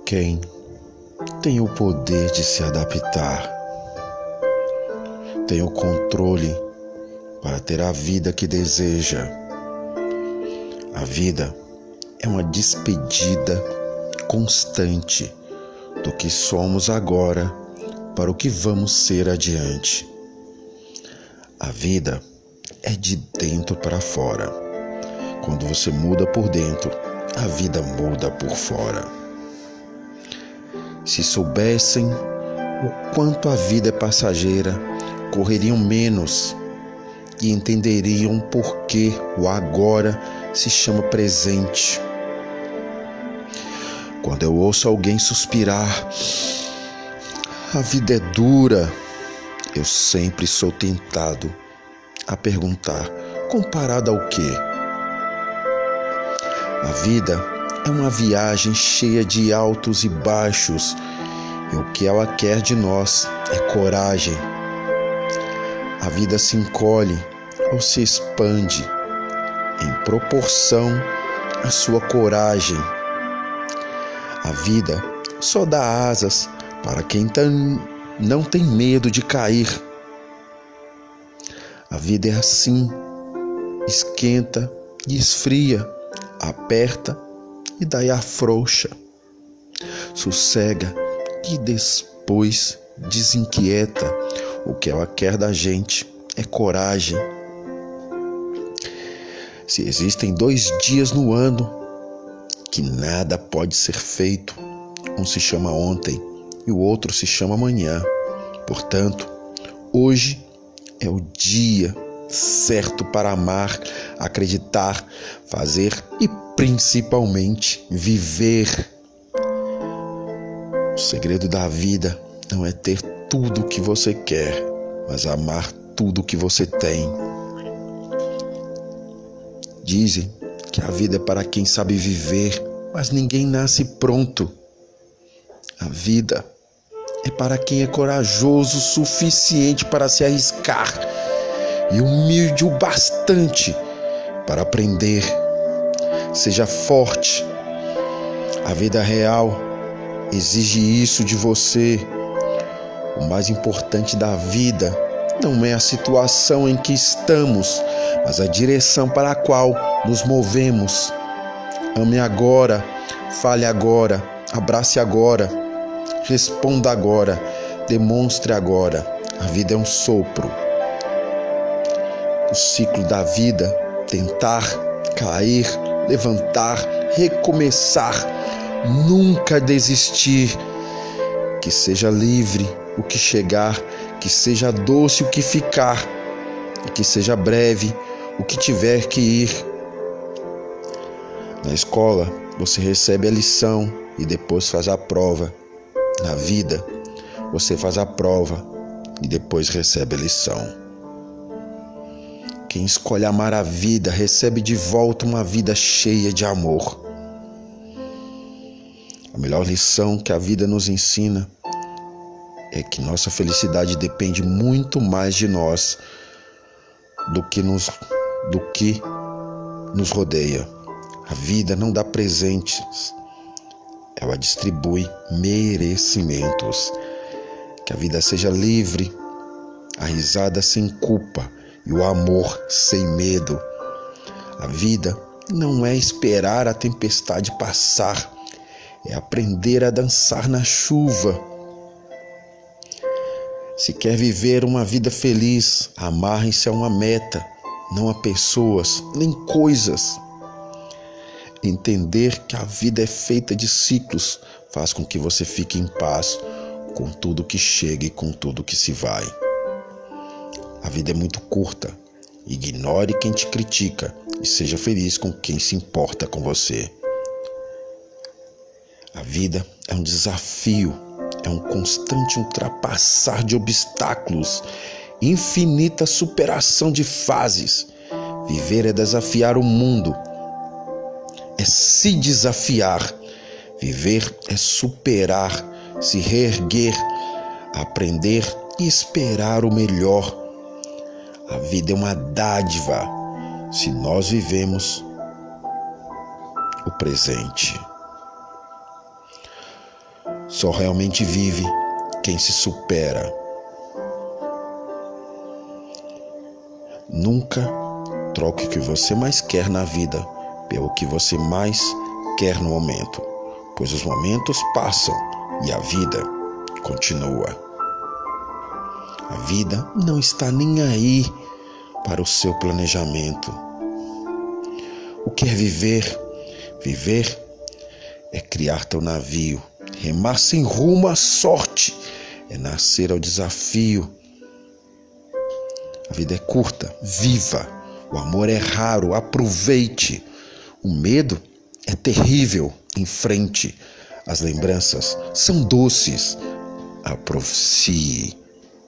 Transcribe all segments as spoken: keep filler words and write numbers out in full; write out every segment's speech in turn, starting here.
quem tem o poder de se adaptar, tem o controle para ter a vida que deseja. A vida é uma despedida constante do que somos agora para o que vamos ser adiante. A vida é de dentro para fora. Quando você muda por dentro, a vida muda por fora. Se soubessem o quanto a vida é passageira, correriam menos e entenderiam por que o agora se chama presente. Quando eu ouço alguém suspirar, a vida é dura, eu sempre sou tentado a perguntar, comparado ao quê? A vida é uma viagem cheia de altos e baixos, e o que ela quer de nós é coragem. A vida se encolhe ou se expande em proporção à sua coragem. A vida só dá asas para quem não tem medo de cair. A vida é assim, esquenta e esfria, aperta e daí afrouxa, sossega e depois desinquieta. O que ela quer da gente é coragem. Se existem dois dias no ano que nada pode ser feito, um se chama ontem e o outro se chama amanhã. Portanto, hoje é o dia certo para amar, acreditar, fazer e principalmente viver. O segredo da vida não é ter tudo o que você quer, mas amar tudo o que você tem. Dizem que a vida é para quem sabe viver, mas ninguém nasce pronto. A vida é para quem é corajoso o suficiente para se arriscar e humilde o bastante para aprender. Seja forte. A vida real exige isso de você. O mais importante da vida não é a situação em que estamos, mas a direção para a qual nos movemos. Ame agora, fale agora, abrace agora, responda agora, demonstre agora. A vida é um sopro. O ciclo da vida, tentar, cair, levantar, recomeçar, nunca desistir. Que seja livre o que chegar, que seja doce o que ficar, e que seja breve o que tiver que ir. Na escola, você recebe a lição e depois faz a prova. Na vida, você faz a prova e depois recebe a lição. Quem escolhe amar a vida recebe de volta uma vida cheia de amor. A melhor lição que a vida nos ensina é que nossa felicidade depende muito mais de nós do que nos, do que nos rodeia. A vida não dá presentes, ela distribui merecimentos. Que a vida seja livre, a risada sem culpa e o amor sem medo. A vida não é esperar a tempestade passar, é aprender a dançar na chuva. Se quer viver uma vida feliz, amarre-se a uma meta, não a pessoas nem coisas. Entender que a vida é feita de ciclos faz com que você fique em paz com tudo que chega e com tudo que se vai. A vida é muito curta. Ignore quem te critica e seja feliz com quem se importa com você. A vida é um desafio. É um constante ultrapassar de obstáculos, infinita superação de fases. Viver é desafiar o mundo, é se desafiar. Viver é superar, se reerguer, aprender e esperar o melhor. A vida é uma dádiva se nós vivemos o presente. Só realmente vive quem se supera. Nunca troque o que você mais quer na vida pelo que você mais quer no momento, pois os momentos passam e a vida continua. A vida não está nem aí para o seu planejamento. O que é viver? Viver é criar teu navio, remar sem rumo à sorte, é nascer ao desafio. A vida é curta, viva. O amor é raro, aproveite. O medo é terrível, enfrente. As lembranças são doces, aprecie.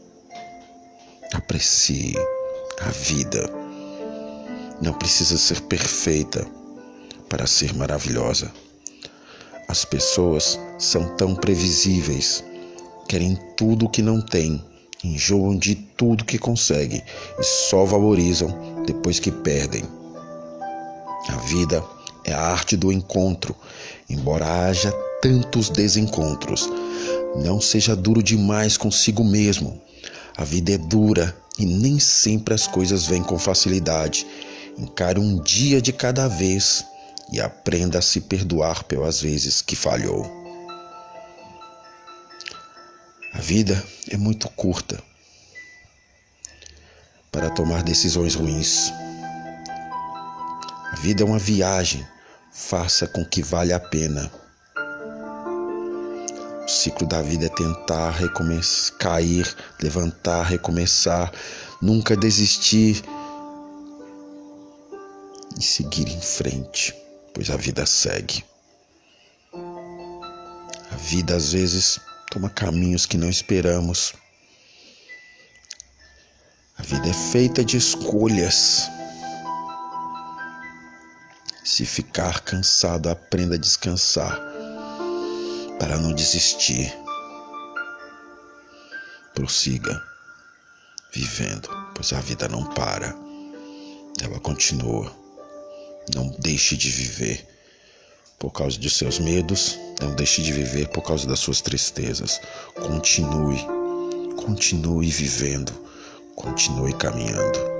Aprecie a vida. Não precisa ser perfeita para ser maravilhosa. As pessoas são tão previsíveis, querem tudo o que não têm, enjoam de tudo que conseguem e só valorizam depois que perdem. A vida é a arte do encontro, embora haja tantos desencontros. Não seja duro demais consigo mesmo. A vida é dura e nem sempre as coisas vêm com facilidade. Encare um dia de cada vez e aprenda a se perdoar pelas vezes que falhou. A vida é muito curta para tomar decisões ruins. A vida é uma viagem, faça com que valha a pena. O ciclo da vida é tentar recomeçar, cair, levantar, recomeçar, nunca desistir e seguir em frente, pois a vida segue. A vida às vezes toma caminhos que não esperamos. A vida é feita de escolhas. Se ficar cansado, aprenda a descansar para não desistir. Prossiga vivendo, pois a vida não para, ela continua. Não deixe de viver por causa dos seus medos, não deixe de viver por causa das suas tristezas. Continue, continue vivendo, continue caminhando.